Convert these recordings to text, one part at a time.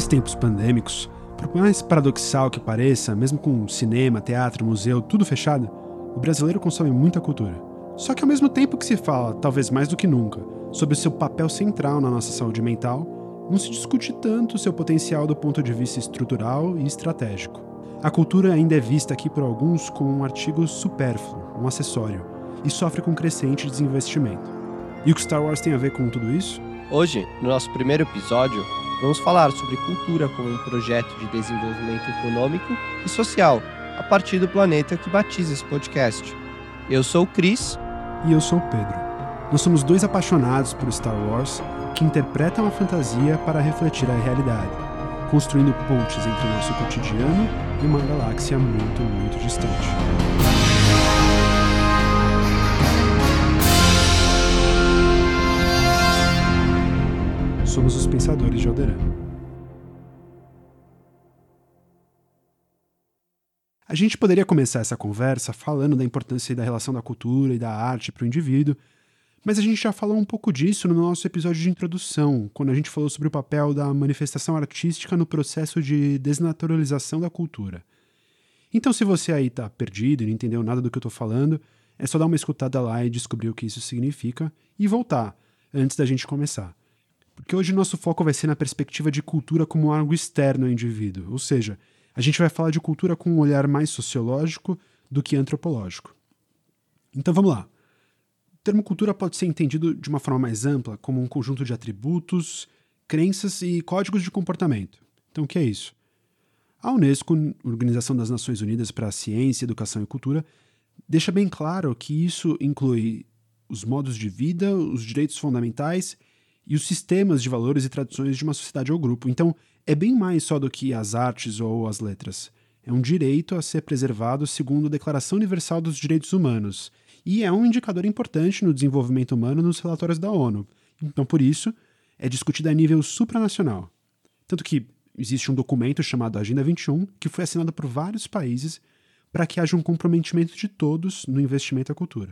Nesses tempos pandêmicos, por mais paradoxal que pareça, mesmo com cinema, teatro, museu, tudo fechado, o brasileiro consome muita cultura. Só que ao mesmo tempo que se fala, talvez mais do que nunca, sobre o seu papel central na nossa saúde mental, não se discute tanto o seu potencial do ponto de vista estrutural e estratégico. A cultura ainda é vista aqui por alguns como um artigo supérfluo, um acessório, e sofre com crescente desinvestimento. E o que Star Wars tem a ver com tudo isso? Hoje, no nosso primeiro episódio, vamos falar sobre cultura como um projeto de desenvolvimento econômico e social, a partir do planeta que batiza esse podcast. Eu sou o Cris. E eu sou o Pedro. Nós somos dois apaixonados por Star Wars que interpretam a fantasia para refletir a realidade, construindo pontes entre o nosso cotidiano e uma galáxia muito, muito distante. Somos os Pensadores de Alderaan. A gente poderia começar essa conversa falando da importância da relação da cultura e da arte para o indivíduo, mas a gente já falou um pouco disso no nosso episódio de introdução, quando a gente falou sobre o papel da manifestação artística no processo de desnaturalização da cultura. Então, se você aí está perdido e não entendeu nada do que eu estou falando, é só dar uma escutada lá e descobrir o que isso significa e voltar, antes da gente começar. Porque hoje o nosso foco vai ser na perspectiva de cultura como algo externo ao indivíduo, ou seja, a gente vai falar de cultura com um olhar mais sociológico do que antropológico. Então vamos lá. O termo cultura pode ser entendido de uma forma mais ampla como um conjunto de atributos, crenças e códigos de comportamento. Então o que é isso? A Unesco, Organização das Nações Unidas para a Ciência, Educação e Cultura, deixa bem claro que isso inclui os modos de vida, os direitos fundamentais e os sistemas de valores e tradições de uma sociedade ou grupo. Então, é bem mais só do que as artes ou as letras. É um direito a ser preservado segundo a Declaração Universal dos Direitos Humanos, e é um indicador importante no desenvolvimento humano nos relatórios da ONU. Então, por isso, é discutido a nível supranacional. Tanto que existe um documento chamado Agenda 21, que foi assinado por vários países para que haja um comprometimento de todos no investimento à cultura.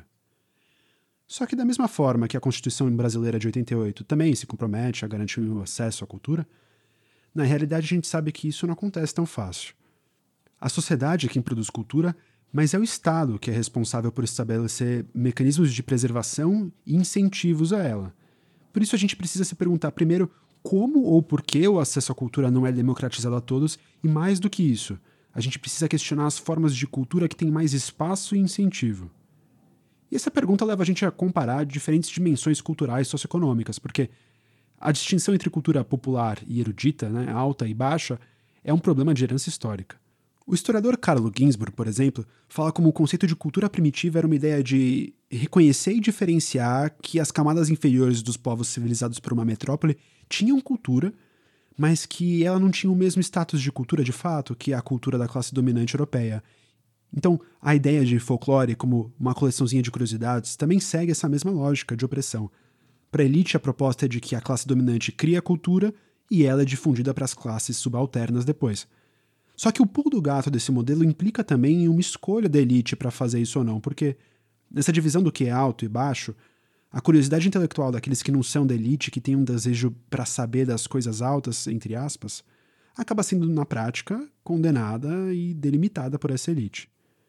Só que da mesma forma que a Constituição brasileira de 88 também se compromete a garantir o acesso à cultura, na realidade a gente sabe que isso não acontece tão fácil. A sociedade é quem produz cultura, mas é o Estado que é responsável por estabelecer mecanismos de preservação e incentivos a ela. Por isso a gente precisa se perguntar primeiro como ou por que o acesso à cultura não é democratizado a todos, e mais do que isso, a gente precisa questionar as formas de cultura que têm mais espaço e incentivo. E essa pergunta leva a gente a comparar diferentes dimensões culturais socioeconômicas, porque a distinção entre cultura popular e erudita, alta e baixa, é um problema de herança histórica. O historiador Carlo Ginzburg, por exemplo, fala como o conceito de cultura primitiva era uma ideia de reconhecer e diferenciar que as camadas inferiores dos povos civilizados por uma metrópole tinham cultura, mas que ela não tinha o mesmo status de cultura de fato que a cultura da classe dominante europeia. Então, a ideia de folclore como uma coleçãozinha de curiosidades também segue essa mesma lógica de opressão. Para a elite, a proposta é de que a classe dominante cria a cultura e ela é difundida para as classes subalternas depois. Só que o pulo do gato desse modelo implica também uma escolha da elite para fazer isso ou não, porque nessa divisão do que é alto e baixo, a curiosidade intelectual daqueles que não são da elite, que têm um desejo para saber das coisas altas, entre aspas, acaba sendo, na prática, condenada e delimitada por essa elite.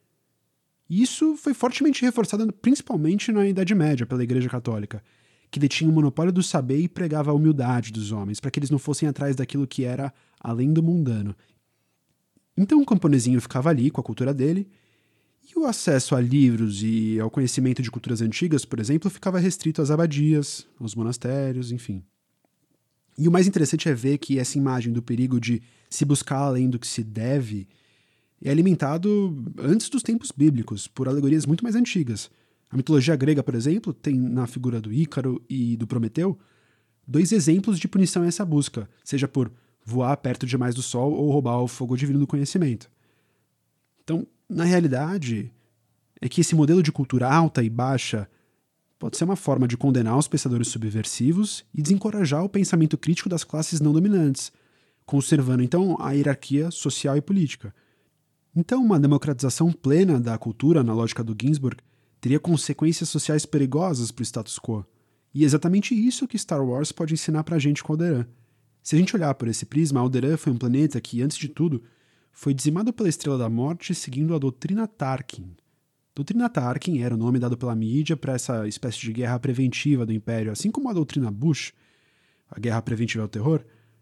Isso foi fortemente reforçado principalmente na Idade Média pela Igreja Católica, que detinha o monopólio do saber e pregava a humildade dos homens, para que eles não fossem atrás daquilo que era além do mundano. Então o camponesinho ficava ali com a cultura dele, e o acesso a livros e ao conhecimento de culturas antigas, por exemplo, ficava restrito às abadias, aos monastérios, enfim. E o mais interessante é ver que essa imagem do perigo de se buscar além do que se deve é alimentado antes dos tempos bíblicos, por alegorias muito mais antigas. A mitologia grega, por exemplo, tem na figura do Ícaro e do Prometeu 2 exemplos de punição a essa busca, seja por voar perto demais do sol ou roubar o fogo divino do conhecimento. Então, na realidade, é que esse modelo de cultura alta e baixa pode ser uma forma de condenar os pensadores subversivos e desencorajar o pensamento crítico das classes não dominantes, conservando então a hierarquia social e política. Então, uma democratização plena da cultura, na lógica do Ginzburg, teria consequências sociais perigosas para o status quo. E é exatamente isso que Star Wars pode ensinar pra gente com Alderaan. Se a gente olhar por esse prisma, Alderaan foi um planeta que, antes de tudo, foi dizimado pela Estrela da Morte seguindo a doutrina Tarkin. Doutrina Tarkin era o nome dado pela mídia para essa espécie de guerra preventiva do Império, assim como a doutrina Bush, a guerra preventiva ao terror.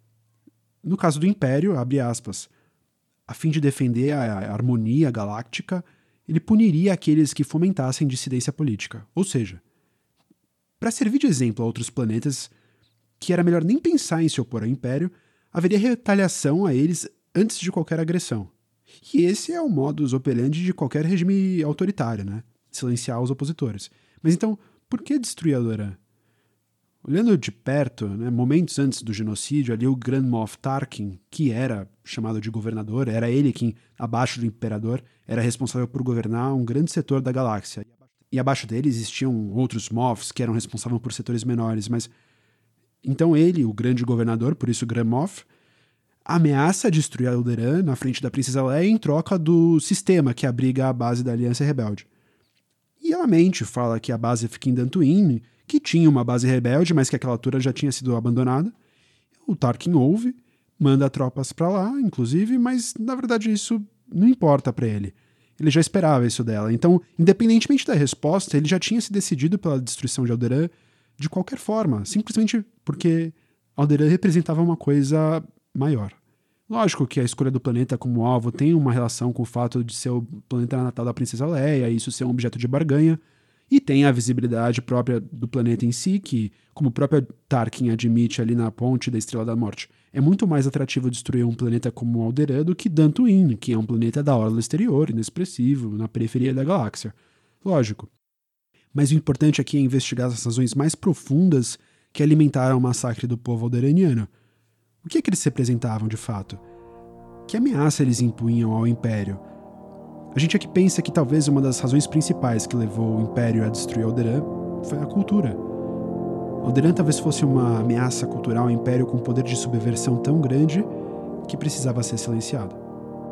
No caso do Império, abre aspas, a fim de defender a harmonia galáctica, ele puniria aqueles que fomentassem dissidência política. Ou seja, para servir de exemplo a outros planetas que era melhor nem pensar em se opor ao Império, haveria retaliação a eles antes de qualquer agressão. E esse é o modus operandi de qualquer regime autoritário, né? Silenciar os opositores. Mas então, por que destruir Alderaan? Olhando de perto, né, momentos antes do genocídio, ali o Grand Moff Tarkin, que era chamado de governador, era ele quem, abaixo do imperador, era responsável por governar um grande setor da galáxia. E abaixo dele existiam outros Moffs que eram responsáveis por setores menores, mas então ele, o grande governador, por isso Grand Moff, ameaça destruir Alderaan na frente da Princesa Leia em troca do sistema que abriga a base da Aliança Rebelde. E ela mente, fala que a base fica em Dantooine, que tinha uma base rebelde, mas que àquela altura já tinha sido abandonada. O Tarkin ouve, manda tropas para lá, inclusive, mas na verdade isso não importa para ele. Ele já esperava isso dela. Então, independentemente da resposta, ele já tinha se decidido pela destruição de Alderaan de qualquer forma, simplesmente porque Alderaan representava uma coisa maior. Lógico que a escolha do planeta como alvo tem uma relação com o fato de ser o planeta natal da Princesa Leia, isso ser um objeto de barganha, e tem a visibilidade própria do planeta em si, que, como o próprio Tarkin admite ali na ponte da Estrela da Morte, é muito mais atrativo destruir um planeta como Alderaan do que Dantooine, que é um planeta da orla exterior, inexpressivo, na periferia da galáxia. Lógico. Mas o importante aqui é investigar as razões mais profundas que alimentaram o massacre do povo alderaniano. O que é que eles representavam de fato? Que ameaça eles impunham ao Império? A gente aqui pensa que talvez uma das razões principais que levou o Império a destruir Alderaan foi a cultura. Alderaan talvez fosse uma ameaça cultural ao Império com poder de subversão tão grande que precisava ser silenciado.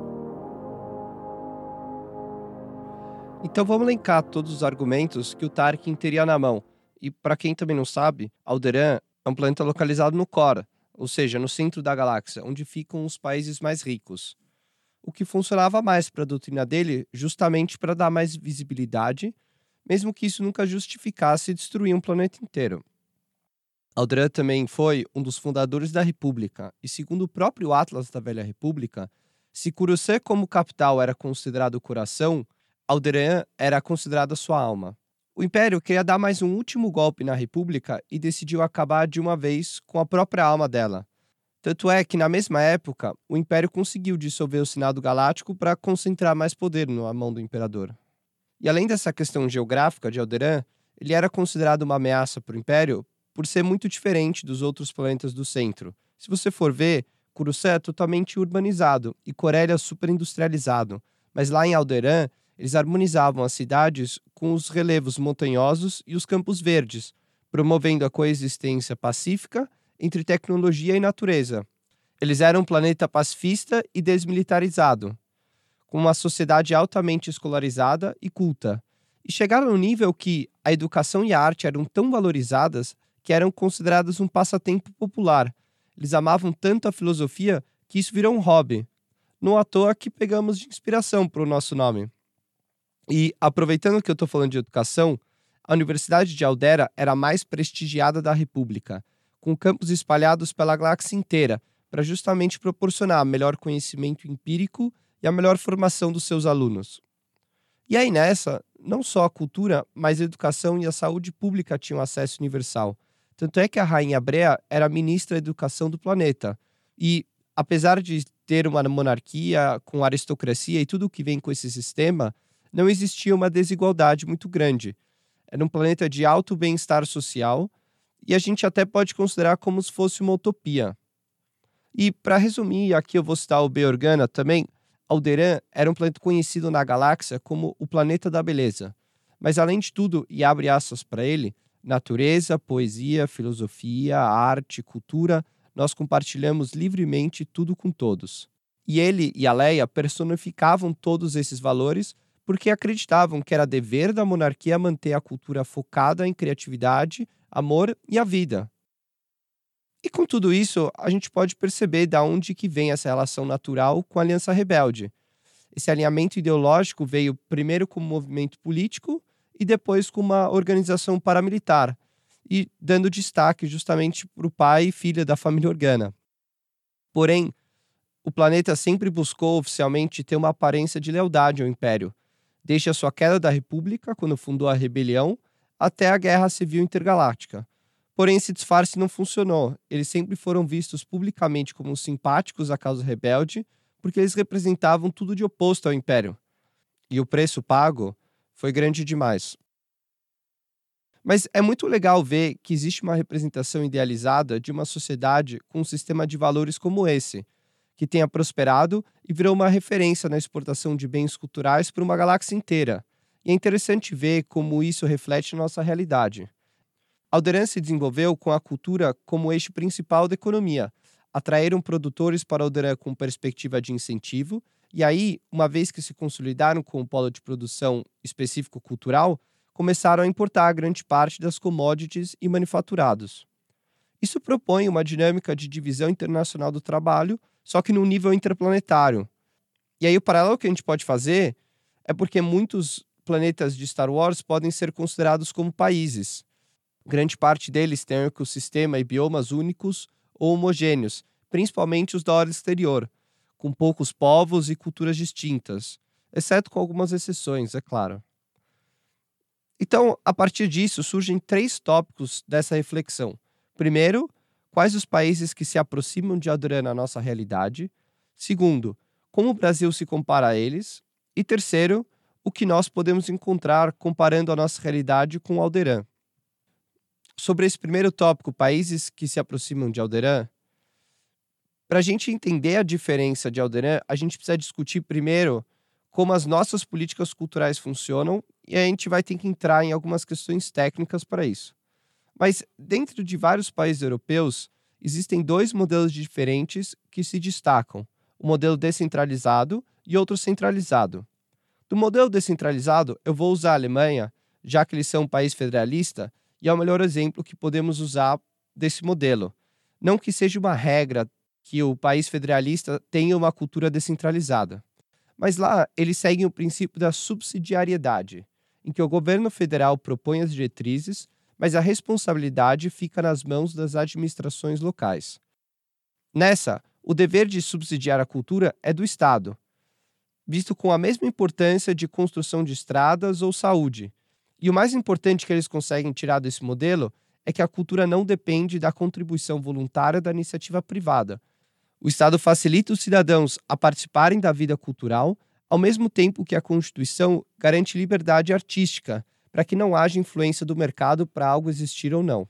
Então vamos elencar todos os argumentos que o Tarkin teria na mão. E para quem também não sabe, Alderaan é um planeta localizado no Core, ou seja, no centro da galáxia, onde ficam os países mais ricos. O que funcionava mais para a doutrina dele, justamente para dar mais visibilidade, mesmo que isso nunca justificasse destruir um planeta inteiro. Alderaan também foi um dos fundadores da República, e segundo o próprio Atlas da Velha República, se Coruscant como capital era considerado o coração, Alderaan era considerada sua alma. O Império queria dar mais um último golpe na República e decidiu acabar de uma vez com a própria alma dela. Tanto é que, na mesma época, o Império conseguiu dissolver o Senado Galáctico para concentrar mais poder na mão do Imperador. E além dessa questão geográfica de Alderaan, ele era considerado uma ameaça para o Império por ser muito diferente dos outros planetas do centro. Se você for ver, Coruscant é totalmente urbanizado e Corellia super industrializado, mas lá em Alderaan, eles harmonizavam as cidades com os relevos montanhosos e os campos verdes, promovendo a coexistência pacífica entre tecnologia e natureza. Eles eram um planeta pacifista e desmilitarizado, com uma sociedade altamente escolarizada e culta. E chegaram no nível que a educação e a arte eram tão valorizadas que eram consideradas um passatempo popular. Eles amavam tanto a filosofia que isso virou um hobby. Não à toa que pegamos de inspiração para o nosso nome. E, aproveitando que eu estou falando de educação, a Universidade de Alderaan era a mais prestigiada da República, com campos espalhados pela galáxia inteira, para justamente proporcionar melhor conhecimento empírico e a melhor formação dos seus alunos. E aí nessa, não só a cultura, mas a educação e a saúde pública tinham acesso universal. Tanto é que a Rainha Brea era ministra da educação do planeta. E, apesar de ter uma monarquia com aristocracia e tudo o que vem com esse sistema, não existia uma desigualdade muito grande. Era um planeta de alto bem-estar social e a gente até pode considerar como se fosse uma utopia. E, para resumir, aqui eu vou citar o B. Organa também, Alderaan era um planeta conhecido na galáxia como o planeta da beleza. Mas, além de tudo, e abre aspas para ele, natureza, poesia, filosofia, arte, cultura, nós compartilhamos livremente tudo com todos. E ele e a Leia personificavam todos esses valores porque acreditavam que era dever da monarquia manter a cultura focada em criatividade, amor e a vida. E com tudo isso, a gente pode perceber de onde que vem essa relação natural com a Aliança Rebelde. Esse alinhamento ideológico veio primeiro como movimento político e depois como uma organização paramilitar, e dando destaque justamente para o pai e filha da família Organa. Porém, o planeta sempre buscou oficialmente ter uma aparência de lealdade ao Império, desde a sua queda da República, quando fundou a rebelião, até a Guerra Civil Intergaláctica. Porém, esse disfarce não funcionou. Eles sempre foram vistos publicamente como simpáticos à causa rebelde, porque eles representavam tudo de oposto ao Império. E o preço pago foi grande demais. Mas é muito legal ver que existe uma representação idealizada de uma sociedade com um sistema de valores como esse, que tenha prosperado e virou uma referência na exportação de bens culturais para uma galáxia inteira. E é interessante ver como isso reflete nossa realidade. Alderan se desenvolveu com a cultura como eixo principal da economia. Atraíram produtores para Alderan com perspectiva de incentivo, e aí, uma vez que se consolidaram com o polo de produção específico cultural, começaram a importar grande parte das commodities e manufaturados. Isso propõe uma dinâmica de divisão internacional do trabalho, só que num nível interplanetário. E aí o paralelo que a gente pode fazer é porque muitos planetas de Star Wars podem ser considerados como países. Grande parte deles tem um ecossistema e biomas únicos ou homogêneos, principalmente os da ordem exterior, com poucos povos e culturas distintas, exceto com algumas exceções, é claro. Então, a partir disso, surgem 3 tópicos dessa reflexão. Primeiro, quais os países que se aproximam de Alderan na nossa realidade? Segundo, como o Brasil se compara a eles? E terceiro, o que nós podemos encontrar comparando a nossa realidade com Alderan. Sobre esse primeiro tópico, países que se aproximam de Alderan, para a gente entender a diferença de Alderan, a gente precisa discutir primeiro como as nossas políticas culturais funcionam, e a gente vai ter que entrar em algumas questões técnicas para isso. Mas dentro de vários países europeus, existem 2 modelos diferentes que se destacam: o modelo descentralizado e outro centralizado. Do modelo descentralizado, eu vou usar a Alemanha, já que eles são um país federalista, e é o melhor exemplo que podemos usar desse modelo. Não que seja uma regra que o país federalista tenha uma cultura descentralizada. Mas lá, eles seguem o princípio da subsidiariedade, em que o governo federal propõe as diretrizes, mas a responsabilidade fica nas mãos das administrações locais. Nessa, o dever de subsidiar a cultura é do Estado, visto com a mesma importância de construção de estradas ou saúde. E o mais importante que eles conseguem tirar desse modelo é que a cultura não depende da contribuição voluntária da iniciativa privada. O Estado facilita os cidadãos a participarem da vida cultural, ao mesmo tempo que a Constituição garante liberdade artística, para que não haja influência do mercado para algo existir ou não.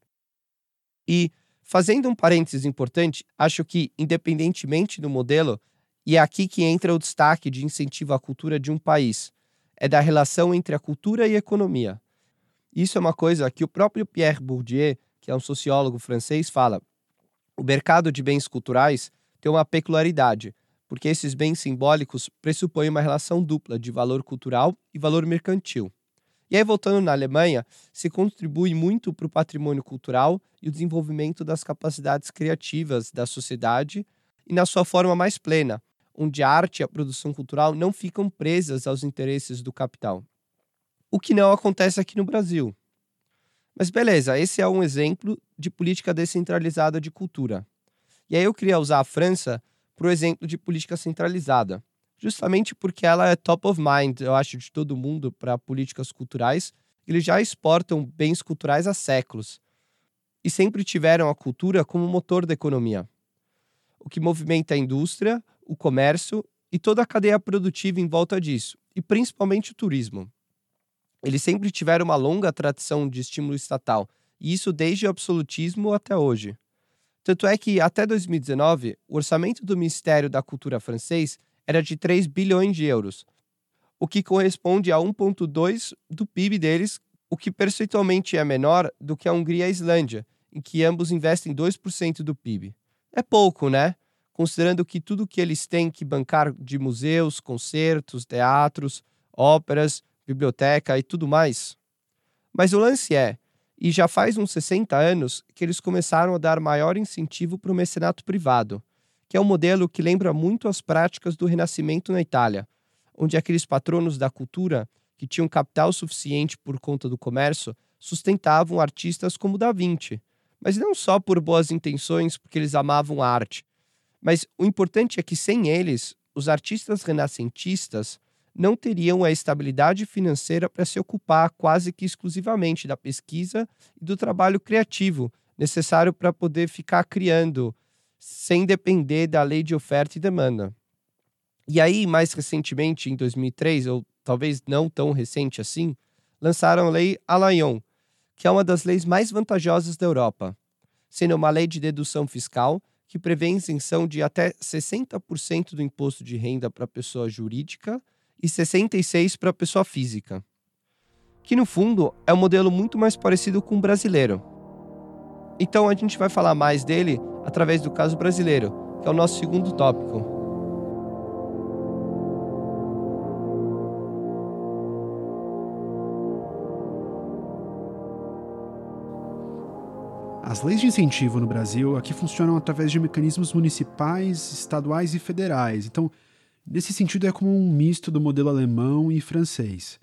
E, fazendo um parênteses importante, acho que, independentemente do modelo, e é aqui que entra o destaque de incentivo à cultura de um país, é da relação entre a cultura e a economia. Isso é uma coisa que o próprio Pierre Bourdieu, que é um sociólogo francês, fala. O mercado de bens culturais tem uma peculiaridade, porque esses bens simbólicos pressupõem uma relação dupla de valor cultural e valor mercantil. E aí, voltando na Alemanha, se contribui muito para o patrimônio cultural e o desenvolvimento das capacidades criativas da sociedade e na sua forma mais plena, onde a arte e a produção cultural não ficam presas aos interesses do capital. O que não acontece aqui no Brasil. Mas beleza, esse é um exemplo de política descentralizada de cultura. E aí eu queria usar a França para o exemplo de política centralizada, justamente porque ela é top of mind, eu acho, de todo mundo para políticas culturais. Eles já exportam bens culturais há séculos e sempre tiveram a cultura como motor da economia, o que movimenta a indústria, o comércio e toda a cadeia produtiva em volta disso, e principalmente o turismo. Eles sempre tiveram uma longa tradição de estímulo estatal, e isso desde o absolutismo até hoje. Tanto é que, até 2019, o orçamento do Ministério da Cultura francês era de 3 bilhões de euros, o que corresponde a 1,2% do PIB deles, o que percentualmente é menor do que a Hungria e a Islândia, em que ambos investem 2% do PIB. É pouco, né? Considerando que tudo que eles têm que bancar de museus, concertos, teatros, óperas, biblioteca e tudo mais. Mas o lance é, E já faz uns 60 anos que eles começaram a dar maior incentivo para o mecenato privado, que é um modelo que lembra muito as práticas do Renascimento na Itália, onde aqueles patronos da cultura, que tinham capital suficiente por conta do comércio, sustentavam artistas como Da Vinci. Mas não só por boas intenções, porque eles amavam a arte. Mas o importante é que, sem eles, os artistas renascentistas não teriam a estabilidade financeira para se ocupar quase que exclusivamente da pesquisa e do trabalho criativo necessário para poder ficar criando, sem depender da lei de oferta e demanda. E aí, mais recentemente, em 2003, ou talvez não tão recente assim, lançaram a Lei Allaion, que é uma das leis mais vantajosas da Europa, sendo uma lei de dedução fiscal que prevê isenção de até 60% do imposto de renda para a pessoa jurídica e 66% para a pessoa física, que no fundo é um modelo muito mais parecido com o brasileiro. Então a gente vai falar mais dele através do caso brasileiro, que é o nosso segundo tópico. As leis de incentivo no Brasil aqui funcionam através de mecanismos municipais, estaduais e federais. Então, nesse sentido, é como um misto do modelo alemão e francês.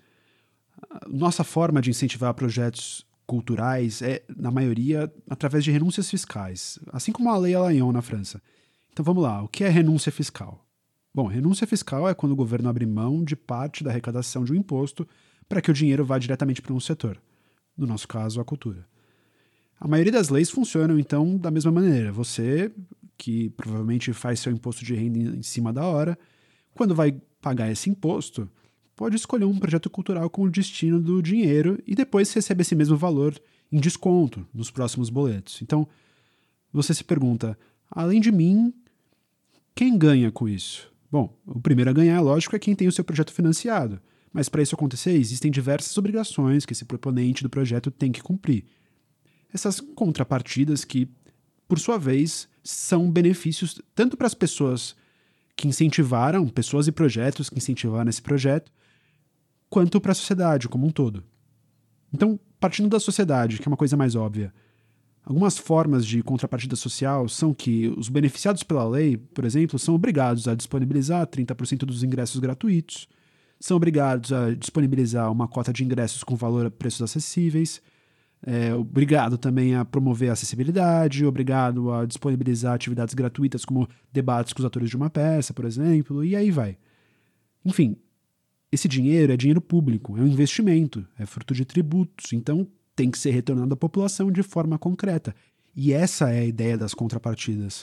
Nossa forma de incentivar projetos culturais é, na maioria, através de renúncias fiscais, assim como a Lei Allaion na França. Então vamos lá, o que é renúncia fiscal? Bom, renúncia fiscal é quando o governo abre mão de parte da arrecadação de um imposto para que o dinheiro vá diretamente para um setor, no nosso caso, a cultura. A maioria das leis funcionam, então, da mesma maneira. Você, que provavelmente faz seu imposto de renda em cima da hora, quando vai pagar esse imposto, pode escolher um projeto cultural como destino do dinheiro e depois recebe esse mesmo valor em desconto nos próximos boletos. Então, você se pergunta, além de mim, quem ganha com isso? Bom, o primeiro a ganhar, lógico, é quem tem o seu projeto financiado. Mas para isso acontecer, existem diversas obrigações que esse proponente do projeto tem que cumprir. Essas contrapartidas que, por sua vez, são benefícios tanto para as pessoas que incentivaram, pessoas e projetos que incentivaram esse projeto, quanto para a sociedade como um todo. Então, partindo da sociedade, que é uma coisa mais óbvia, algumas formas de contrapartida social são que os beneficiados pela lei, por exemplo, são obrigados a disponibilizar 30% dos ingressos gratuitos, são obrigados a disponibilizar uma cota de ingressos com valor a preços acessíveis, obrigado também a promover a acessibilidade, obrigado a disponibilizar atividades gratuitas como debates com os atores de uma peça, por exemplo, e aí vai. Enfim, esse dinheiro é dinheiro público, é um investimento, é fruto de tributos, então tem que ser retornado à população de forma concreta. E essa é a ideia das contrapartidas.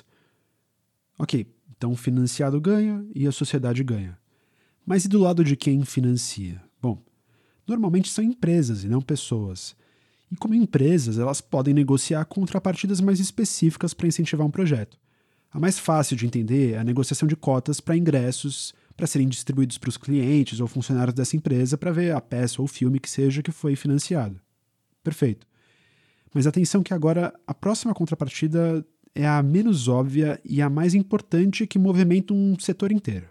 Ok, então o financiado ganha e a sociedade ganha. Mas e do lado de quem financia? Bom, normalmente são empresas e não pessoas. E como empresas, elas podem negociar contrapartidas mais específicas para incentivar um projeto. A mais fácil de entender é a negociação de cotas para ingressos para serem distribuídos para os clientes ou funcionários dessa empresa para ver a peça ou filme que seja que foi financiado. Perfeito. Mas atenção que agora a próxima contrapartida é a menos óbvia e a mais importante que movimenta um setor inteiro.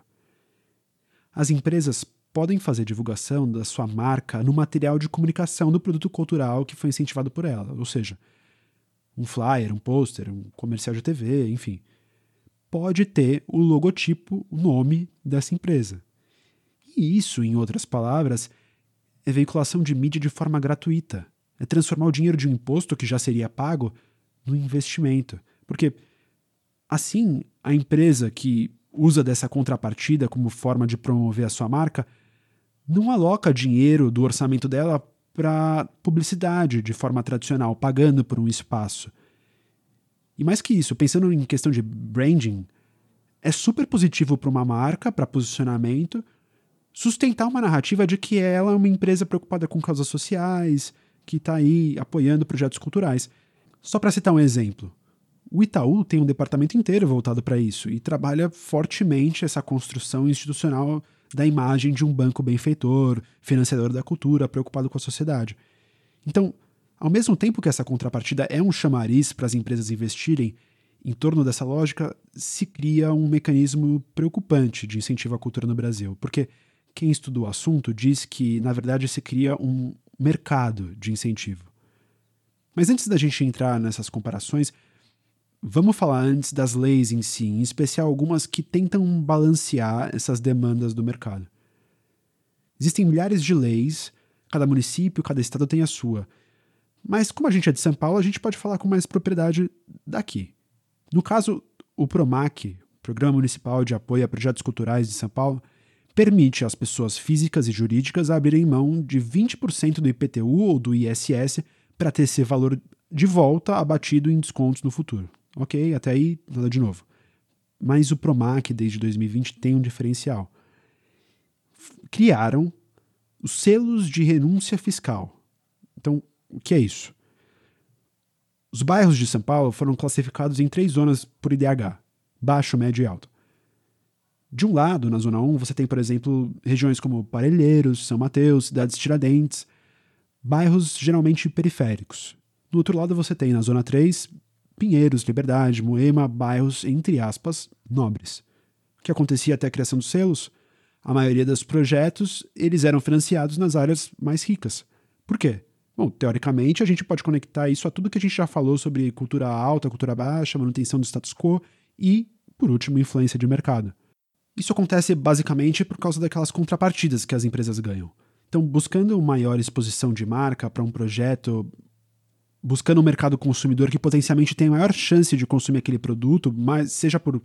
As empresas podem fazer divulgação da sua marca no material de comunicação do produto cultural que foi incentivado por ela, ou seja, um flyer, um pôster, um comercial de TV, enfim. Pode ter o logotipo, o nome dessa empresa. E isso, em outras palavras, é veiculação de mídia de forma gratuita. É transformar o dinheiro de um imposto que já seria pago no investimento. Porque, assim, a empresa que usa dessa contrapartida como forma de promover a sua marca não aloca dinheiro do orçamento dela para publicidade de forma tradicional, pagando por um espaço. E mais que isso, pensando em questão de branding, é super positivo para uma marca, para posicionamento, sustentar uma narrativa de que ela é uma empresa preocupada com causas sociais, que está aí apoiando projetos culturais. Só para citar um exemplo, o Itaú tem um departamento inteiro voltado para isso e trabalha fortemente essa construção institucional da imagem de um banco benfeitor, financiador da cultura, preocupado com a sociedade. Então, ao mesmo tempo que essa contrapartida é um chamariz para as empresas investirem, em torno dessa lógica se cria um mecanismo preocupante de incentivo à cultura no Brasil, porque quem estuda o assunto diz que, na verdade, se cria um mercado de incentivo. Mas antes da gente entrar nessas comparações, vamos falar antes das leis em si, em especial algumas que tentam balancear essas demandas do mercado. Existem milhares de leis, cada município, cada estado tem a sua. Mas como a gente é de São Paulo, a gente pode falar com mais propriedade daqui. No caso, o PROMAC, Programa Municipal de Apoio a Projetos Culturais de São Paulo, permite às pessoas físicas e jurídicas abrirem mão de 20% do IPTU ou do ISS para ter esse valor de volta abatido em descontos no futuro. Ok, até aí, nada de novo. Mas o PROMAC, desde 2020, tem um diferencial. Criaram os selos de renúncia fiscal. Então, o que é isso? Os bairros de São Paulo foram classificados em 3 zonas por IDH, baixo, médio e alto. De um lado, na Zona 1, você tem, por exemplo, regiões como Parelheiros, São Mateus, Cidades Tiradentes, bairros geralmente periféricos. Do outro lado, você tem, na Zona 3, Pinheiros, Liberdade, Moema, bairros, entre aspas, nobres. O que acontecia até a criação dos selos? A maioria dos projetos, eles eram financiados nas áreas mais ricas. Por quê? Bom, teoricamente, a gente pode conectar isso a tudo que a gente já falou sobre cultura alta, cultura baixa, manutenção do status quo e, por último, influência de mercado. Isso acontece basicamente por causa daquelas contrapartidas que as empresas ganham. Então, buscando maior exposição de marca para um projeto, buscando um mercado consumidor que potencialmente tem maior chance de consumir aquele produto, mas seja por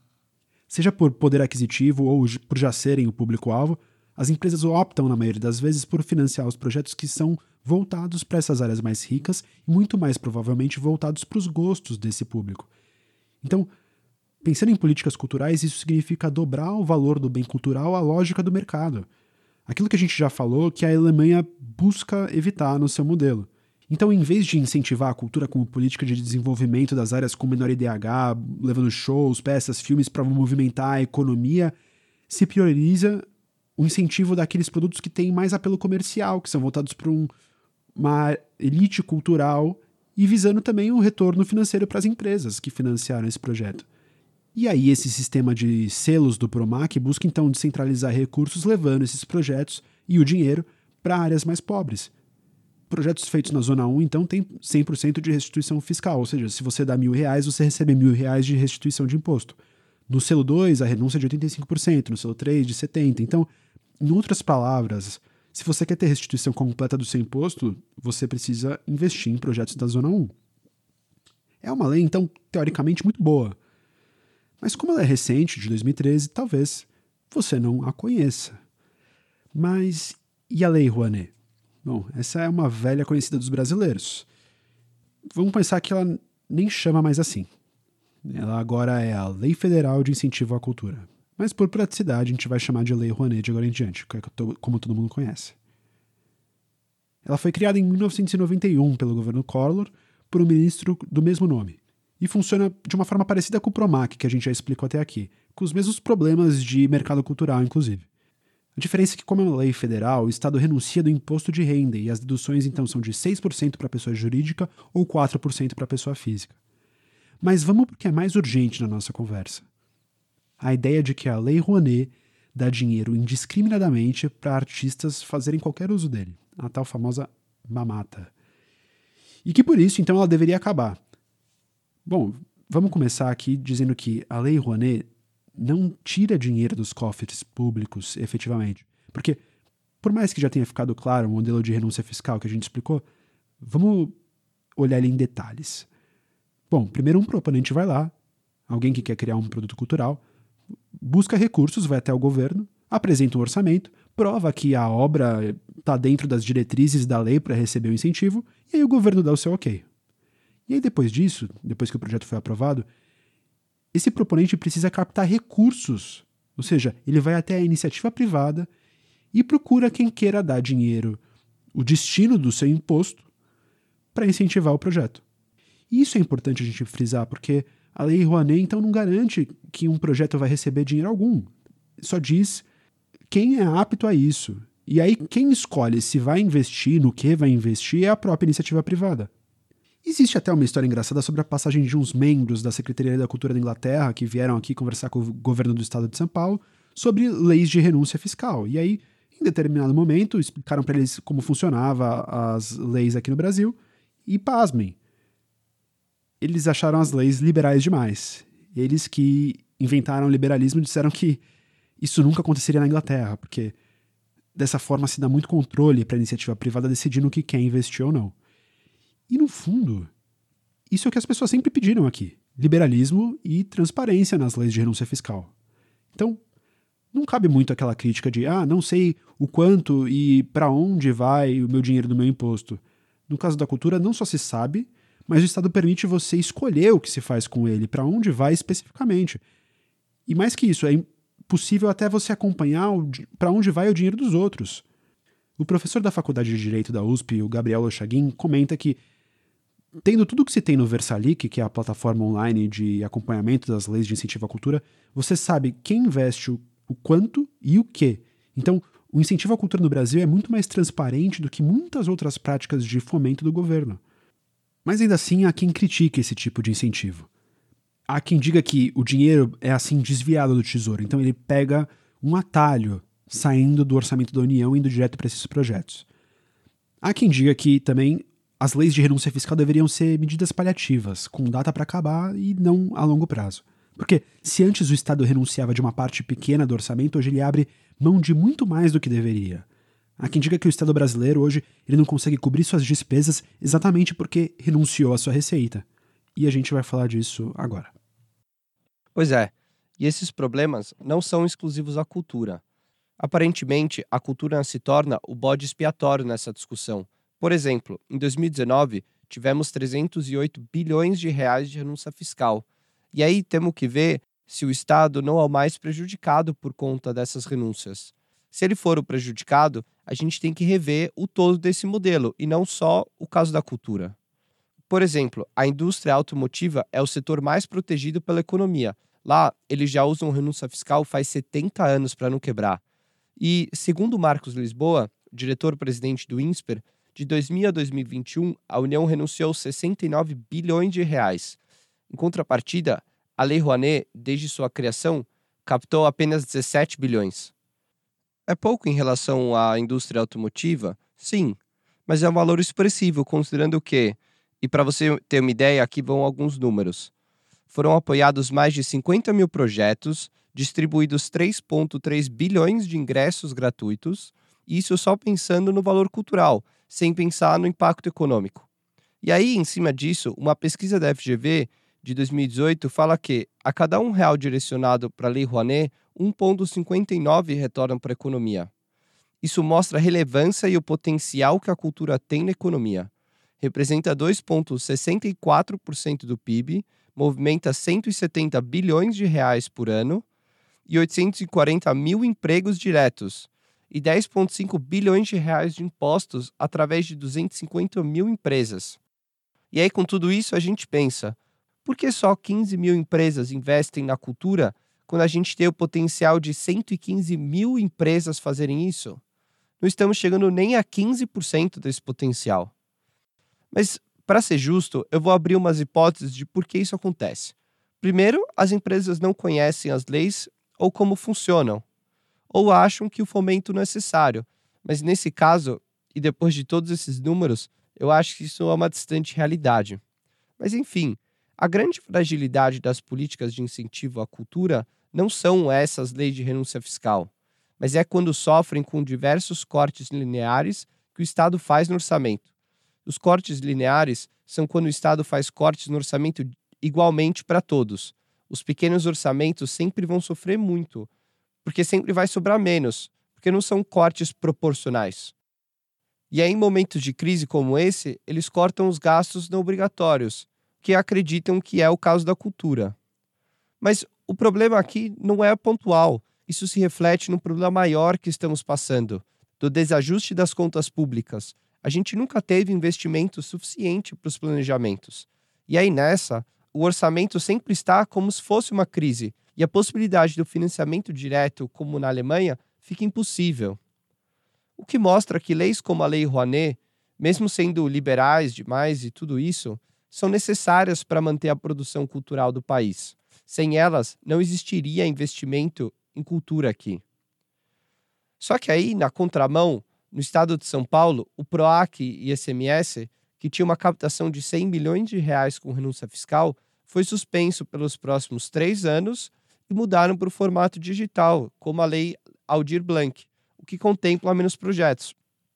poder aquisitivo ou por já serem o público-alvo, as empresas optam, na maioria das vezes, por financiar os projetos que são voltados para essas áreas mais ricas e muito mais provavelmente voltados para os gostos desse público. Então, pensando em políticas culturais, isso significa dobrar o valor do bem cultural à lógica do mercado. Aquilo que a gente já falou que a Alemanha busca evitar no seu modelo. Então, em vez de incentivar a cultura como política de desenvolvimento das áreas com menor IDH, levando shows, peças, filmes para movimentar a economia, se prioriza o incentivo daqueles produtos que têm mais apelo comercial, que são voltados para uma elite cultural e visando também um retorno financeiro para as empresas que financiaram esse projeto. E aí esse sistema de selos do PROMAC busca então descentralizar recursos levando esses projetos e o dinheiro para áreas mais pobres. Projetos feitos na Zona 1, então, tem 100% de restituição fiscal, ou seja, se você dá R$1.000, você recebe R$1.000 de restituição de imposto. No selo 2, a renúncia é de 85%, no selo 3, de 70%. Então, em outras palavras, se você quer ter restituição completa do seu imposto, você precisa investir em projetos da Zona 1. É uma lei, então, teoricamente muito boa. Mas como ela é recente, de 2013, talvez você não a conheça. Mas e a Lei Rouanet? Bom, essa é uma velha conhecida dos brasileiros. Vamos pensar que ela nem chama mais assim. Ela agora é a Lei Federal de Incentivo à Cultura. Mas por praticidade a gente vai chamar de Lei Rouanet de agora em diante, como todo mundo conhece. Ela foi criada em 1991 pelo governo Collor por um ministro do mesmo nome. E funciona de uma forma parecida com o PROMAC, que a gente já explicou até aqui, com os mesmos problemas de mercado cultural, inclusive. A diferença é que, como é uma lei federal, o Estado renuncia do imposto de renda e as deduções, então, são de 6% para a pessoa jurídica ou 4% para a pessoa física. Mas vamos para o que é mais urgente na nossa conversa. A ideia de que a Lei Rouanet dá dinheiro indiscriminadamente para artistas fazerem qualquer uso dele, a tal famosa mamata. E que por isso, então, ela deveria acabar. Bom, vamos começar aqui dizendo que a Lei Rouanet não tira dinheiro dos cofres públicos, efetivamente. Porque, por mais que já tenha ficado claro o modelo de renúncia fiscal que a gente explicou, vamos olhar ele em detalhes. Bom, primeiro um proponente vai lá, alguém que quer criar um produto cultural, busca recursos, vai até o governo, apresenta um orçamento, prova que a obra está dentro das diretrizes da lei para receber o incentivo, e aí o governo dá o seu ok. E aí depois disso, depois que o projeto foi aprovado, esse proponente precisa captar recursos, ou seja, ele vai até a iniciativa privada e procura quem queira dar dinheiro, o destino do seu imposto, para incentivar o projeto. E isso é importante a gente frisar, porque a Lei Rouanet, então, não garante que um projeto vai receber dinheiro algum. Só diz quem é apto a isso. E aí, quem escolhe se vai investir, no que vai investir, é a própria iniciativa privada. Existe até uma história engraçada sobre a passagem de uns membros da Secretaria da Cultura da Inglaterra que vieram aqui conversar com o governo do estado de São Paulo sobre leis de renúncia fiscal. E aí, em determinado momento, explicaram para eles como funcionava as leis aqui no Brasil. E pasmem, eles acharam as leis liberais demais. Eles que inventaram o liberalismo disseram que isso nunca aconteceria na Inglaterra, porque dessa forma se dá muito controle para a iniciativa privada decidir no que quer investir ou não. E no fundo, isso é o que as pessoas sempre pediram aqui: liberalismo e transparência nas leis de renúncia fiscal. Então, não cabe muito aquela crítica de não sei o quanto e para onde vai o meu dinheiro do meu imposto. No caso da cultura, não só se sabe, mas o Estado permite você escolher o que se faz com ele, para onde vai especificamente. E mais que isso, é possível até você acompanhar para onde vai o dinheiro dos outros. O professor da Faculdade de Direito da USP, o Gabriel Lochaguin, comenta que, tendo tudo o que se tem no Versalic, que é a plataforma online de acompanhamento das leis de incentivo à cultura, você sabe quem investe o quanto e o quê. Então, o incentivo à cultura no Brasil é muito mais transparente do que muitas outras práticas de fomento do governo. Mas ainda assim, há quem critique esse tipo de incentivo. Há quem diga que o dinheiro é assim desviado do tesouro, então ele pega um atalho saindo do orçamento da União e indo direto para esses projetos. Há quem diga que também as leis de renúncia fiscal deveriam ser medidas paliativas, com data para acabar e não a longo prazo. Porque se antes o Estado renunciava de uma parte pequena do orçamento, hoje ele abre mão de muito mais do que deveria. Há quem diga que o Estado brasileiro hoje ele não consegue cobrir suas despesas exatamente porque renunciou à sua receita. E a gente vai falar disso agora. Pois é, e esses problemas não são exclusivos à cultura. Aparentemente, a cultura se torna o bode expiatório nessa discussão. Por exemplo, em 2019, tivemos 308 bilhões de reais de renúncia fiscal. E aí temos que ver se o Estado não é o mais prejudicado por conta dessas renúncias. Se ele for o prejudicado, a gente tem que rever o todo desse modelo, e não só o caso da cultura. Por exemplo, a indústria automotiva é o setor mais protegido pela economia. Lá, eles já usam renúncia fiscal faz 70 anos para não quebrar. E, segundo Marcos Lisboa, diretor-presidente do INSPER, de 2000 a 2021, a União renunciou 69 bilhões de reais. Em contrapartida, a Lei Rouanet, desde sua criação, captou apenas 17 bilhões. É pouco em relação à indústria automotiva? Sim, mas é um valor expressivo, considerando que, e para você ter uma ideia, aqui vão alguns números. Foram apoiados mais de 50 mil projetos, distribuídos 3,3 bilhões de ingressos gratuitos, e isso só pensando no valor cultural, sem pensar no impacto econômico. E aí, em cima disso, uma pesquisa da FGV de 2018 fala que, a cada R$1 direcionado para a Lei Rouanet, 1,59 retornam para a economia. Isso mostra a relevância e o potencial que a cultura tem na economia. Representa 2,64% do PIB, movimenta 170 bilhões de reais por ano e 840 mil empregos diretos e 10,5 bilhões de reais de impostos através de 250 mil empresas. E aí, com tudo isso, a gente pensa, por que só 15 mil empresas investem na cultura quando a gente tem o potencial de 115 mil empresas fazerem isso? Não estamos chegando nem a 15% desse potencial. Mas, para ser justo, eu vou abrir umas hipóteses de por que isso acontece. Primeiro, as empresas não conhecem as leis ou como funcionam, ou acham que o fomento não é necessário. Mas nesse caso, e depois de todos esses números, eu acho que isso é uma distante realidade. Mas enfim, a grande fragilidade das políticas de incentivo à cultura não são essas leis de renúncia fiscal, mas é quando sofrem com diversos cortes lineares que o Estado faz no orçamento. Os cortes lineares são quando o Estado faz cortes no orçamento igualmente para todos. Os pequenos orçamentos sempre vão sofrer muito, porque sempre vai sobrar menos, porque não são cortes proporcionais. E aí, em momentos de crise como esse, eles cortam os gastos não obrigatórios, que acreditam que é o caso da cultura. Mas o problema aqui não é pontual. Isso se reflete num problema maior que estamos passando, do desajuste das contas públicas. A gente nunca teve investimento suficiente para os planejamentos. E aí, nessa, o orçamento sempre está como se fosse uma crise, e a possibilidade do financiamento direto, como na Alemanha, fica impossível. O que mostra que leis como a Lei Rouanet, mesmo sendo liberais demais e tudo isso, são necessárias para manter a produção cultural do país. Sem elas, não existiria investimento em cultura aqui. Só que aí, na contramão, no estado de São Paulo, o PROAC e ICMS, que tinha uma captação de R$100 milhões com renúncia fiscal, foi suspenso pelos próximos 3 anos e mudaram para o formato digital, como a Lei Aldir Blanc, o que contempla menos projetos.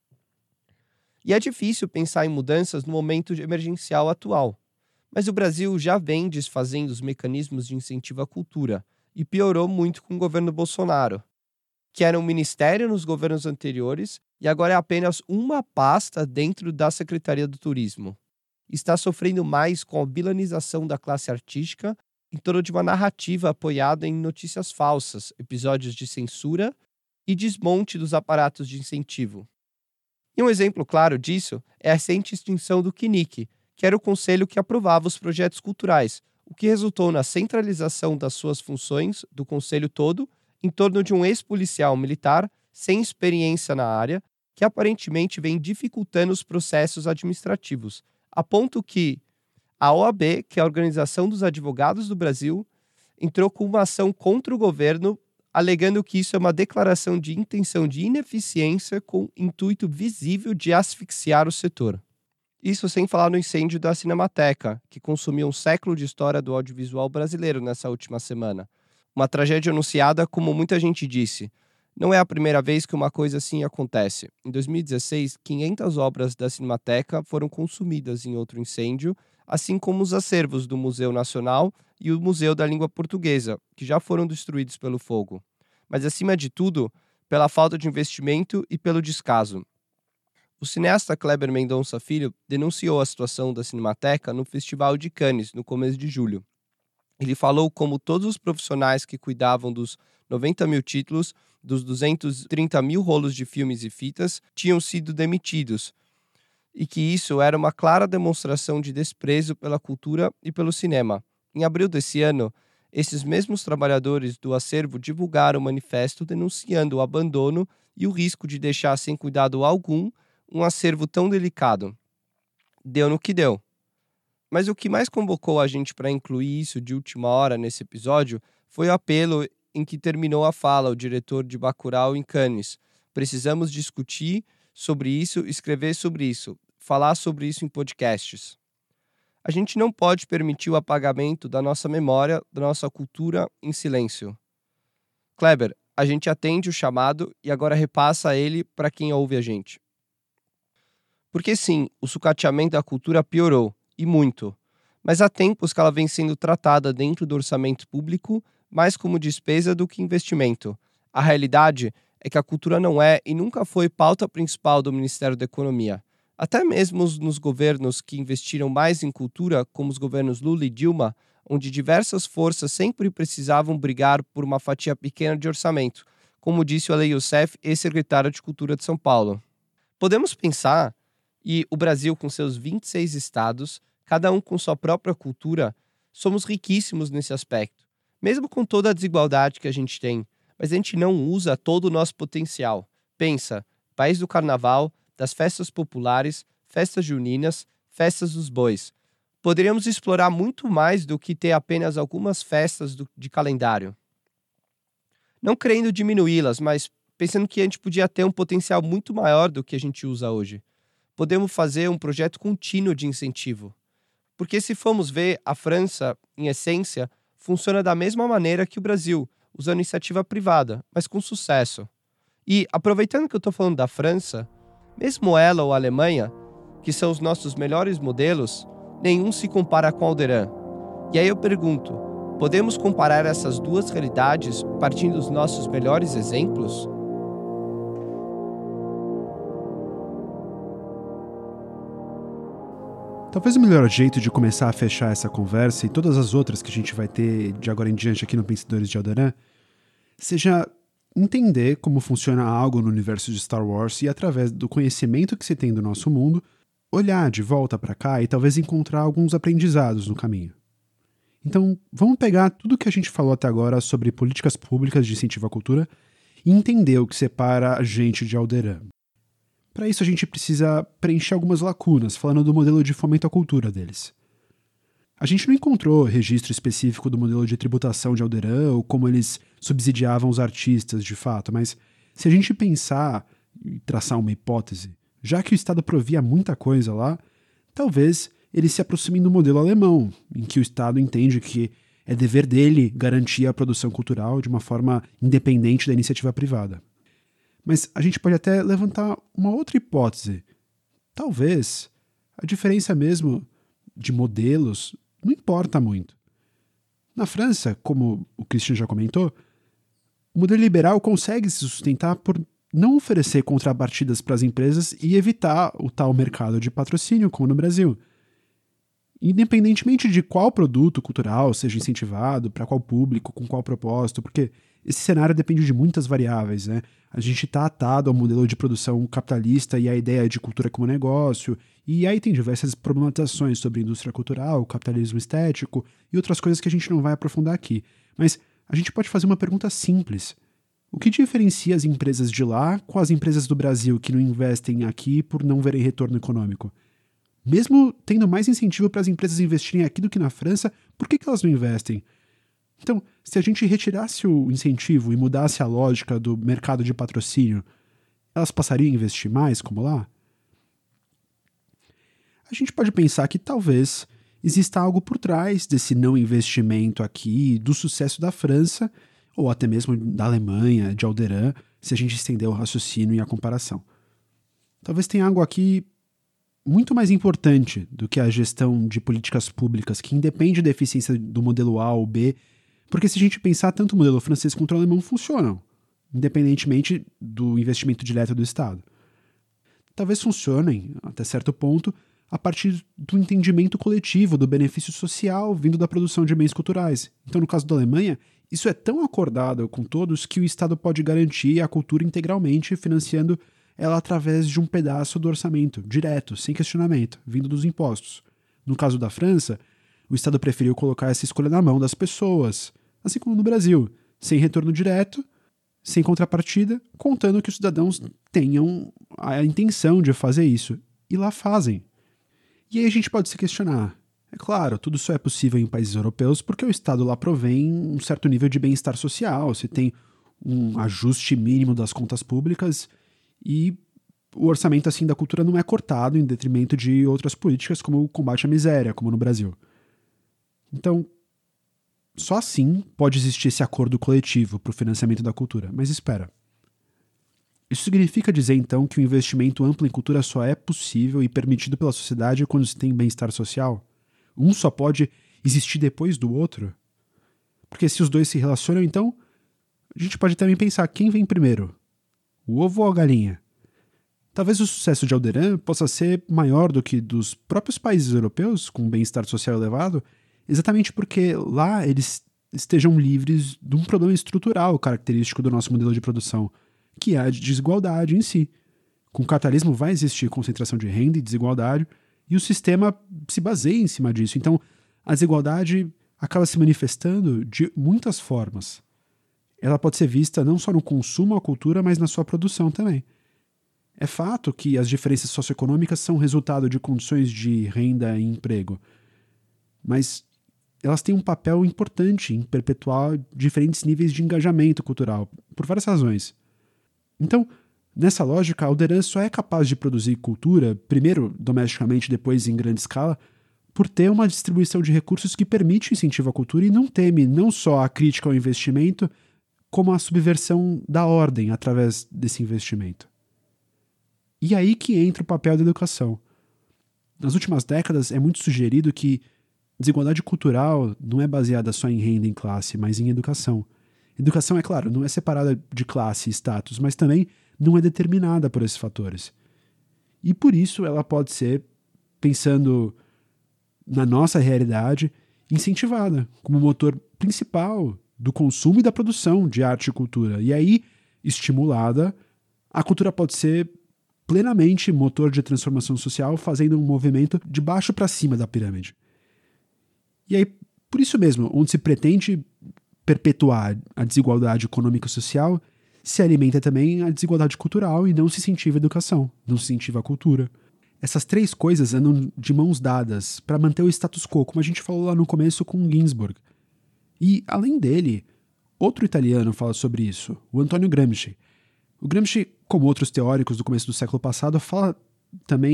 E é difícil pensar em mudanças no momento emergencial atual. Mas o Brasil já vem desfazendo os mecanismos de incentivo à cultura e piorou muito com o governo Bolsonaro, que era um ministério nos governos anteriores e agora é apenas uma pasta dentro da Secretaria do Turismo. Está sofrendo mais com a vilanização da classe artística em torno de uma narrativa apoiada em notícias falsas, episódios de censura e desmonte dos aparatos de incentivo. E um exemplo claro disso é a recente extinção do CNIC, que era o conselho que aprovava os projetos culturais, o que resultou na centralização das suas funções do conselho todo em torno de um ex-policial militar sem experiência na área, que aparentemente vem dificultando os processos administrativos, a ponto que a OAB, que é a Organização dos Advogados do Brasil, entrou com uma ação contra o governo, alegando que isso é uma declaração de intenção de ineficiência com intuito visível de asfixiar o setor. Isso sem falar no incêndio da Cinemateca, que consumiu um século de história do audiovisual brasileiro nessa última semana. Uma tragédia anunciada, como muita gente disse. Não é a primeira vez que uma coisa assim acontece. Em 2016, 500 obras da Cinemateca foram consumidas em outro incêndio, assim como os acervos do Museu Nacional e o Museu da Língua Portuguesa, que já foram destruídos pelo fogo. Mas, acima de tudo, pela falta de investimento e pelo descaso. O cineasta Kleber Mendonça Filho denunciou a situação da Cinemateca no Festival de Cannes, no começo de julho. Ele falou como todos os profissionais que cuidavam dos 90 mil títulos, dos 230 mil rolos de filmes e fitas, tinham sido demitidos, e que isso era uma clara demonstração de desprezo pela cultura e pelo cinema. Em abril desse ano, esses mesmos trabalhadores do acervo divulgaram um manifesto denunciando o abandono e o risco de deixar sem cuidado algum um acervo tão delicado. Deu no que deu. Mas o que mais convocou a gente para incluir isso de última hora nesse episódio foi o apelo em que terminou a fala o diretor de Bacurau em Cannes. Precisamos discutir sobre isso, escrever sobre isso, falar sobre isso em podcasts. A gente não pode permitir o apagamento da nossa memória, da nossa cultura em silêncio. Kleber, a gente atende o chamado e agora repassa ele para quem ouve a gente. Porque sim, o sucateamento da cultura piorou. E muito. Mas há tempos que ela vem sendo tratada dentro do orçamento público mais como despesa do que investimento. A realidade é que a cultura não é e nunca foi pauta principal do Ministério da Economia. Até mesmo nos governos que investiram mais em cultura, como os governos Lula e Dilma, onde diversas forças sempre precisavam brigar por uma fatia pequena de orçamento, como disse o Ale Youssef, ex-secretário de Cultura de São Paulo. Podemos pensar, e o Brasil com seus 26 estados, cada um com sua própria cultura, somos riquíssimos nesse aspecto, mesmo com toda a desigualdade que a gente tem, mas a gente não usa todo o nosso potencial. Pensa, país do carnaval, das festas populares, festas juninas, festas dos bois. Poderíamos explorar muito mais do que ter apenas algumas festas de calendário. Não querendo diminuí-las, mas pensando que a gente podia ter um potencial muito maior do que a gente usa hoje. Podemos fazer um projeto contínuo de incentivo. Porque se formos ver, a França, em essência, funciona da mesma maneira que o Brasil, usando iniciativa privada, mas com sucesso. E, aproveitando que eu estou falando da França, mesmo ela ou a Alemanha, que são os nossos melhores modelos, nenhum se compara com Alderan. E aí eu pergunto, podemos comparar essas duas realidades partindo dos nossos melhores exemplos? Talvez o melhor jeito de começar a fechar essa conversa e todas as outras que a gente vai ter de agora em diante aqui no Pensadores de Alderan seja entender como funciona algo no universo de Star Wars e, através do conhecimento que se tem do nosso mundo, olhar de volta para cá e talvez encontrar alguns aprendizados no caminho. Então, vamos pegar tudo que a gente falou até agora sobre políticas públicas de incentivo à cultura e entender o que separa a gente de Alderan. Para isso, a gente precisa preencher algumas lacunas, falando do modelo de fomento à cultura deles. A gente não encontrou registro específico do modelo de tributação de Alderan ou como eles subsidiavam os artistas, de fato, mas se a gente pensar e traçar uma hipótese, já que o Estado provia muita coisa lá, talvez eles se aproximem do modelo alemão, em que o Estado entende que é dever dele garantir a produção cultural de uma forma independente da iniciativa privada. Mas a gente pode até levantar uma outra hipótese. Talvez a diferença mesmo de modelos não importa muito. Na França, como o Christian já comentou, o modelo liberal consegue se sustentar por não oferecer contrapartidas para as empresas e evitar o tal mercado de patrocínio, como no Brasil. Independentemente de qual produto cultural seja incentivado, para qual público, com qual propósito, porque esse cenário depende de muitas variáveis, né? A gente está atado ao modelo de produção capitalista e à ideia de cultura como negócio, e aí tem diversas problematizações sobre indústria cultural, capitalismo estético e outras coisas que a gente não vai aprofundar aqui. Mas a gente pode fazer uma pergunta simples. O que diferencia as empresas de lá com as empresas do Brasil que não investem aqui por não verem retorno econômico? Mesmo tendo mais incentivo para as empresas investirem aqui do que na França, por que elas não investem? Então, se a gente retirasse o incentivo e mudasse a lógica do mercado de patrocínio, elas passariam a investir mais, como lá? A gente pode pensar que talvez exista algo por trás desse não investimento aqui, do sucesso da França, ou até mesmo da Alemanha, de Alderan, se a gente estender o raciocínio e a comparação. Talvez tenha algo aqui muito mais importante do que a gestão de políticas públicas, que independe da eficiência do modelo A ou B, porque se a gente pensar, tanto o modelo francês quanto o alemão funcionam, independentemente do investimento direto do Estado. Talvez funcionem, até certo ponto, a partir do entendimento coletivo do benefício social vindo da produção de bens culturais. Então, no caso da Alemanha, isso é tão acordado com todos que o Estado pode garantir a cultura integralmente, financiando ela através de um pedaço do orçamento, direto, sem questionamento, vindo dos impostos. No caso da França, o Estado preferiu colocar essa escolha na mão das pessoas, assim como no Brasil, sem retorno direto, sem contrapartida, contando que os cidadãos tenham a intenção de fazer isso, e lá fazem. E aí a gente pode se questionar. É claro, tudo só é possível em países europeus porque o Estado lá provém um certo nível de bem-estar social, você tem um ajuste mínimo das contas públicas e o orçamento assim da cultura não é cortado em detrimento de outras políticas como o combate à miséria, como no Brasil. Então, só assim pode existir esse acordo coletivo para o financiamento da cultura. Mas espera. Isso significa dizer, então, que o investimento amplo em cultura só é possível e permitido pela sociedade quando se tem bem-estar social? Um só pode existir depois do outro? Porque se os dois se relacionam, então, a gente pode também pensar quem vem primeiro, o ovo ou a galinha? Talvez o sucesso de Alderan possa ser maior do que dos próprios países europeus com bem-estar social elevado, exatamente porque lá eles estejam livres de um problema estrutural característico do nosso modelo de produção, que é a desigualdade em si. Com o capitalismo vai existir concentração de renda e desigualdade, e o sistema se baseia em cima disso. Então, a desigualdade acaba se manifestando de muitas formas. Ela pode ser vista não só no consumo à cultura, mas na sua produção também. É fato que as diferenças socioeconômicas são resultado de condições de renda e emprego, mas elas têm um papel importante em perpetuar diferentes níveis de engajamento cultural, por várias razões. Então, nessa lógica, a Alderan só é capaz de produzir cultura, primeiro domesticamente, depois em grande escala, por ter uma distribuição de recursos que permite o incentivo à cultura e não teme não só a crítica ao investimento, como a subversão da ordem através desse investimento. E aí que entra o papel da educação. Nas últimas décadas é muito sugerido que desigualdade cultural não é baseada só em renda e em classe, mas em educação. Educação, é claro, não é separada de classe e status, mas também não é determinada por esses fatores. E por isso ela pode ser, pensando na nossa realidade, incentivada como motor principal do consumo e da produção de arte e cultura. E aí, estimulada, a cultura pode ser plenamente motor de transformação social, fazendo um movimento de baixo para cima da pirâmide. E aí, por isso mesmo, onde se pretende perpetuar a desigualdade econômica e social, se alimenta também a desigualdade cultural e não se incentiva a educação, não se incentiva a cultura. Essas três coisas andam de mãos dadas para manter o status quo, como a gente falou lá no começo com Ginsburg. E, além dele, outro italiano fala sobre isso, o Antonio Gramsci. O Gramsci, como outros teóricos do começo do século passado, fala também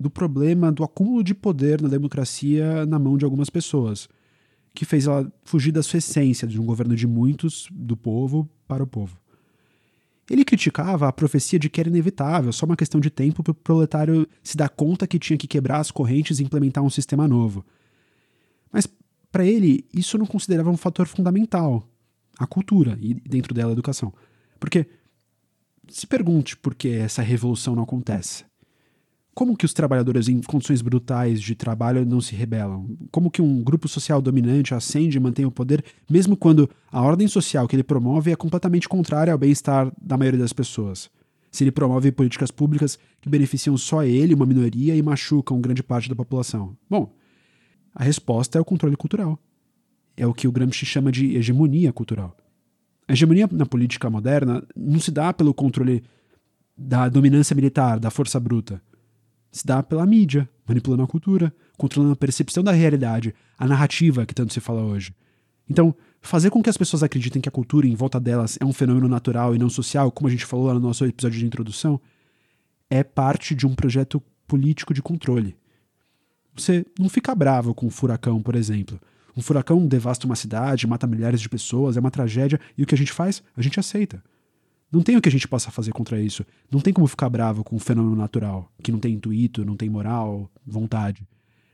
do problema do acúmulo de poder na democracia na mão de algumas pessoas, que fez ela fugir da sua essência de um governo de muitos, do povo, para o povo. Ele criticava a profecia de que era inevitável, só uma questão de tempo para o proletário se dar conta que tinha que quebrar as correntes e implementar um sistema novo. Mas, para ele, isso não considerava um fator fundamental, a cultura, e dentro dela a educação. Porque, se pergunte por que essa revolução não acontece. Como que os trabalhadores em condições brutais de trabalho não se rebelam? Como que um grupo social dominante ascende e mantém o poder, mesmo quando a ordem social que ele promove é completamente contrária ao bem-estar da maioria das pessoas? Se ele promove políticas públicas que beneficiam só ele, uma minoria, e machucam grande parte da população? Bom, a resposta é o controle cultural. É o que o Gramsci chama de hegemonia cultural. A hegemonia na política moderna não se dá pelo controle da dominância militar, da força bruta. Se dá pela mídia, manipulando a cultura, controlando a percepção da realidade, a narrativa que tanto se fala hoje. Então, fazer com que as pessoas acreditem que a cultura em volta delas é um fenômeno natural e não social, como a gente falou lá no nosso episódio de introdução, é parte de um projeto político de controle. Você não fica bravo com um furacão, por exemplo. Um furacão devasta uma cidade, mata milhares de pessoas, é uma tragédia, e o que a gente faz? A gente aceita. Não tem o que a gente possa fazer contra isso. Não tem como ficar bravo com um fenômeno natural, que não tem intuito, não tem moral, vontade.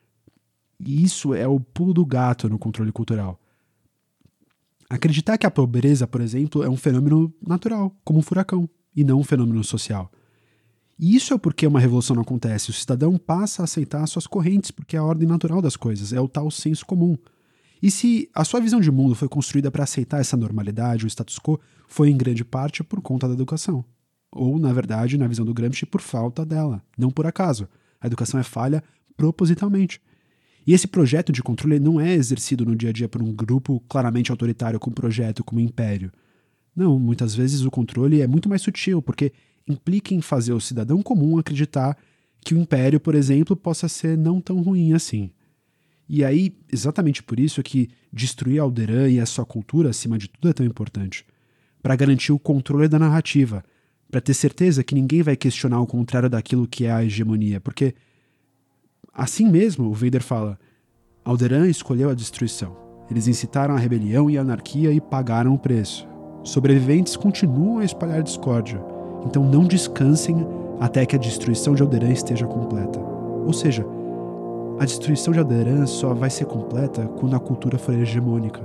E isso é o pulo do gato no controle cultural. Acreditar que a pobreza, por exemplo, é um fenômeno natural, como um furacão, e não um fenômeno social. E isso é porque uma revolução não acontece. O cidadão passa a aceitar as suas correntes, porque é a ordem natural das coisas, é o tal senso comum. E se a sua visão de mundo foi construída para aceitar essa normalidade, o status quo, foi em grande parte por conta da educação. Ou, na verdade, na visão do Gramsci, por falta dela, não por acaso. A educação é falha propositalmente. E esse projeto de controle não é exercido no dia a dia por um grupo claramente autoritário com um projeto como um império. Não, muitas vezes o controle é muito mais sutil, porque implica em fazer o cidadão comum acreditar que o império, por exemplo, possa ser não tão ruim assim. E aí, exatamente por isso é que destruir Alderan e a sua cultura, acima de tudo, é tão importante. Para garantir o controle da narrativa, para ter certeza que ninguém vai questionar o contrário daquilo que é a hegemonia, porque, assim mesmo, o Vader fala, Alderan escolheu a destruição. Eles incitaram a rebelião e a anarquia e pagaram o preço. Sobreviventes continuam a espalhar discórdia, então não descansem até que a destruição de Alderan esteja completa. Ou seja, a destruição de Alderan só vai ser completa quando a cultura for hegemônica.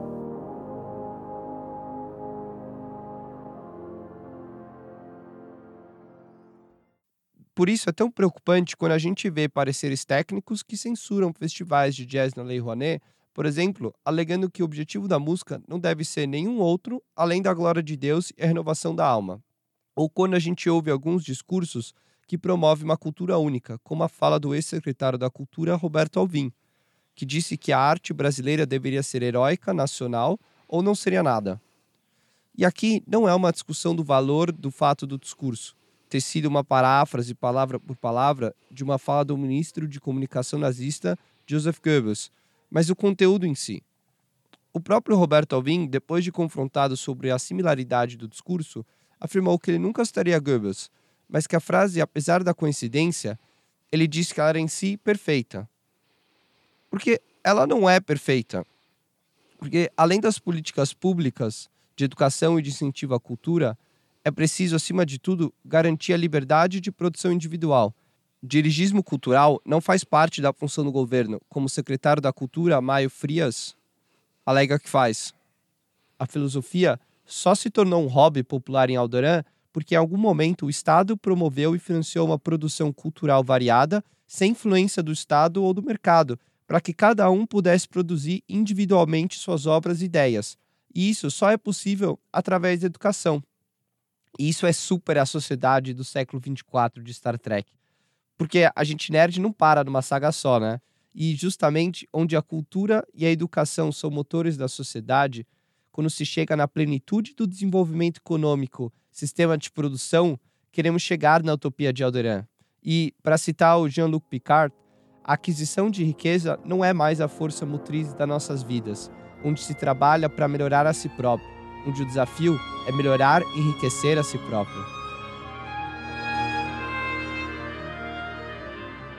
Por isso é tão preocupante quando a gente vê pareceres técnicos que censuram festivais de jazz na Lei Rouanet, por exemplo, alegando que o objetivo da música não deve ser nenhum outro além da glória de Deus e a renovação da alma. Ou quando a gente ouve alguns discursos que promove uma cultura única, como a fala do ex-secretário da Cultura, Roberto Alvim, que disse que a arte brasileira deveria ser heróica, nacional ou não seria nada. E aqui não é uma discussão do valor do fato do discurso, ter sido uma paráfrase, palavra por palavra, de uma fala do ministro de comunicação nazista, Joseph Goebbels, mas o conteúdo em si. O próprio Roberto Alvim, depois de confrontado sobre a similaridade do discurso, afirmou que ele nunca citaria Goebbels, mas que a frase, apesar da coincidência, ele disse que ela era em si perfeita. Porque ela não é perfeita. Porque, além das políticas públicas de educação e de incentivo à cultura, é preciso, acima de tudo, garantir a liberdade de produção individual. Dirigismo cultural não faz parte da função do governo, como o secretário da Cultura, Maio Frias, alega que faz. A filosofia só se tornou um hobby popular em Alderan porque em algum momento o Estado promoveu e financiou uma produção cultural variada, sem influência do Estado ou do mercado, para que cada um pudesse produzir individualmente suas obras e ideias. E isso só é possível através da educação. E isso é super a sociedade do século 24 de Star Trek. Porque a gente nerd não para numa saga só, né? E justamente onde a cultura e a educação são motores da sociedade, quando se chega na plenitude do desenvolvimento econômico, sistema de produção, queremos chegar na utopia de Alderan. E, para citar o Jean-Luc Picard, a aquisição de riqueza não é mais a força motriz das nossas vidas, onde se trabalha para melhorar a si próprio, onde o desafio é melhorar e enriquecer a si próprio.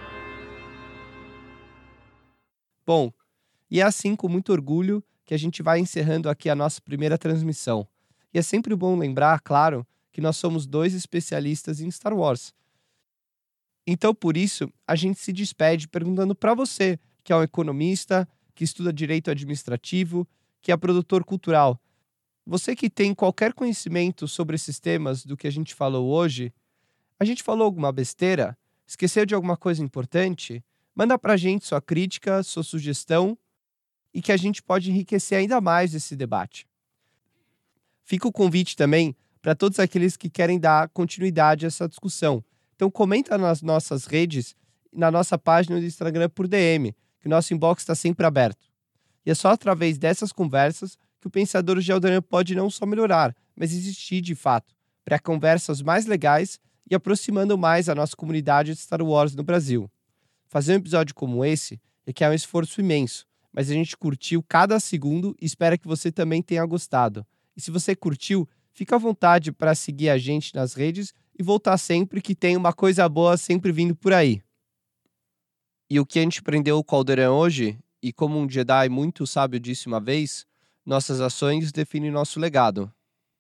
Bom, e é assim com muito orgulho que a gente vai encerrando aqui a nossa primeira transmissão. E é sempre bom lembrar, claro, que nós somos 2 especialistas em Star Wars. Então, por isso, a gente se despede perguntando para você, que é um economista, que estuda direito administrativo, que é produtor cultural. Você que tem qualquer conhecimento sobre esses temas do que a gente falou hoje, a gente falou alguma besteira? Esqueceu de alguma coisa importante? Manda pra gente sua crítica, sua sugestão e que a gente pode enriquecer ainda mais esse debate. Fica o convite também para todos aqueles que querem dar continuidade a essa discussão. Então comenta nas nossas redes e na nossa página do Instagram por DM, que o nosso inbox está sempre aberto. E é só através dessas conversas que o Pensador de Alderan pode não só melhorar, mas existir de fato, para conversas mais legais e aproximando mais a nossa comunidade de Star Wars no Brasil. Fazer um episódio como esse requer um esforço imenso, mas a gente curtiu cada segundo e espera que você também tenha gostado. E se você curtiu, fica à vontade para seguir a gente nas redes e voltar sempre, que tem uma coisa boa sempre vindo por aí. E o que a gente aprendeu com o Alderan hoje, e como um Jedi muito sábio disse uma vez, nossas ações definem nosso legado.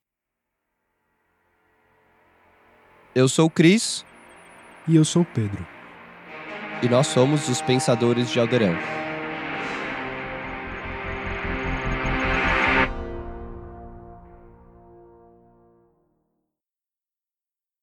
Eu sou o Cris. E eu sou o Pedro. E nós somos os Pensadores de Alderan.